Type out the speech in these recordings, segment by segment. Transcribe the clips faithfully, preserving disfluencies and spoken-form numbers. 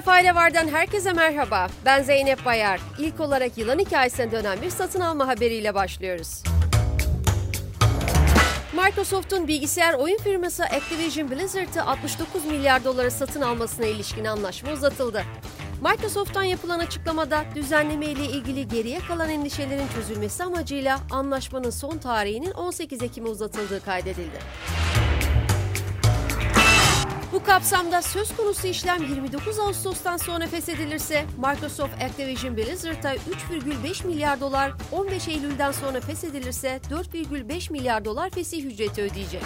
Sefa ile Var'dan herkese merhaba. Ben Zeynep Bayar. İlk olarak yılan hikayesine dönen bir satın alma haberiyle başlıyoruz. Microsoft'un bilgisayar oyun firması Activision Blizzard'ı altmış dokuz milyar dolara satın almasına ilişkin anlaşma uzatıldı. Microsoft'tan yapılan açıklamada düzenleme ile ilgili geriye kalan endişelerin çözülmesi amacıyla anlaşmanın son tarihinin on sekiz Ekim'e uzatıldığı kaydedildi. Bu kapsamda söz konusu işlem yirmi dokuz Ağustos'tan sonra feshedilirse Microsoft Activision Blizzard'a üç virgül beş milyar dolar, on beş Eylül'den sonra feshedilirse dört virgül beş milyar dolar fesih ücreti ödeyecek.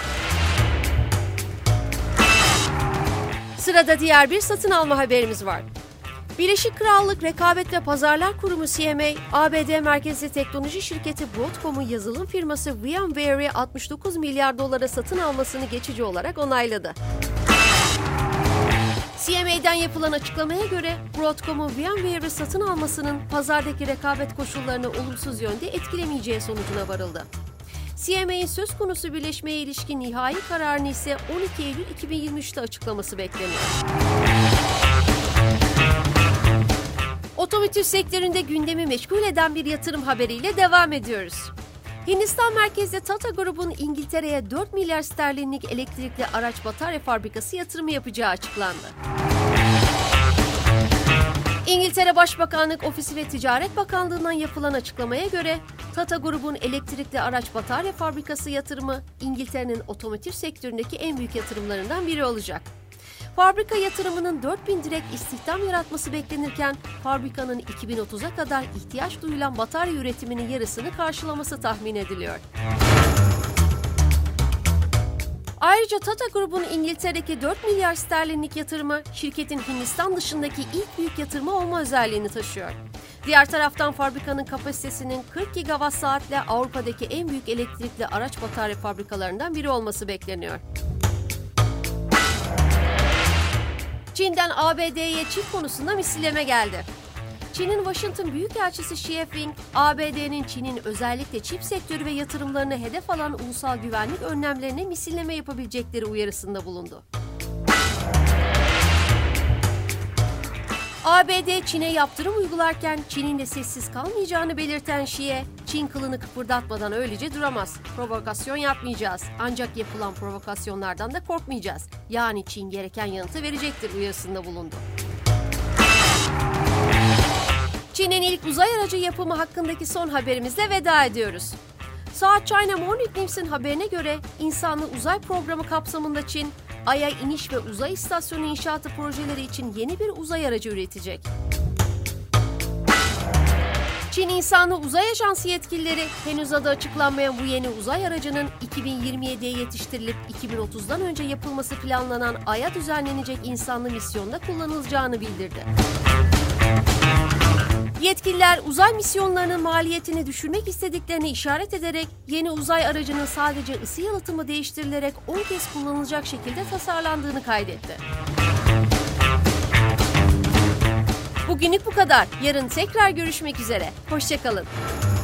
Sırada diğer bir satın alma haberimiz var. Birleşik Krallık Rekabet ve Pazarlar Kurumu C M A, A B D merkezli teknoloji şirketi Broadcom'un yazılım firması VMware'i altmış dokuz milyar dolara satın almasını geçici olarak onayladı. C M A'den yapılan açıklamaya göre Broadcom'un VMware'i satın almasının pazardaki rekabet koşullarını olumsuz yönde etkilemeyeceği sonucuna varıldı. C M A'nin söz konusu birleşmeye ilişkin nihai kararını ise on iki Eylül iki bin yirmi üç'te açıklaması bekleniyor. Otomotiv sektöründe gündemi meşgul eden bir yatırım haberiyle devam ediyoruz. Hindistan merkezli Tata Group'un İngiltere'ye dört milyar sterlinlik elektrikli araç batarya fabrikası yatırımı yapacağı açıklandı. İngiltere Başbakanlık Ofisi ve Ticaret Bakanlığı'ndan yapılan açıklamaya göre Tata Group'un elektrikli araç batarya fabrikası yatırımı İngiltere'nin otomotiv sektöründeki en büyük yatırımlarından biri olacak. Fabrika yatırımının dört bin direkt istihdam yaratması beklenirken fabrikanın iki bin otuz'a kadar ihtiyaç duyulan batarya üretiminin yarısını karşılaması tahmin ediliyor. Ayrıca Tata Group'un İngiltere'deki dört milyar sterlinlik yatırımı şirketin Hindistan dışındaki ilk büyük yatırımı olma özelliğini taşıyor. Diğer taraftan fabrikanın kapasitesinin kırk gigawatt saatle Avrupa'daki en büyük elektrikli araç batarya fabrikalarından biri olması bekleniyor. Çin'den A B D'ye çip konusunda misilleme geldi. Çin'in Washington Büyükelçisi Xie Feng, A B D'nin Çin'in özellikle çip sektörü ve yatırımlarını hedef alan ulusal güvenlik önlemlerine misilleme yapabilecekleri uyarısında bulundu. A B D Çin'e yaptırım uygularken Çin'in de sessiz kalmayacağını belirten Xie, Çin kılını kıpırdatmadan öylece duramaz. Provokasyon yapmayacağız. Ancak yapılan provokasyonlardan da korkmayacağız. Yani Çin gereken yanıtı verecektir uyarısında bulundu. Çin'in ilk uzay aracı yapımı hakkındaki son haberimizle veda ediyoruz. South China Morning News'in haberine göre insanlı uzay programı kapsamında Çin, Ay'a iniş ve uzay istasyonu inşaatı projeleri için yeni bir uzay aracı üretecek. Çin İnsanlı Uzay Ajansı yetkilileri henüz adı açıklanmayan bu yeni uzay aracının iki bin yirmi yedi'ye yetiştirilip iki bin otuz'dan önce yapılması planlanan Ay'a düzenlenecek insanlı misyonda kullanılacağını bildirdi. Yetkililer uzay misyonlarının maliyetini düşürmek istediklerini işaret ederek yeni uzay aracının sadece ısı yalıtımı değiştirilerek on kez kullanılacak şekilde tasarlandığını kaydetti. Bugünlük bu kadar. Yarın tekrar görüşmek üzere. Hoşça kalın.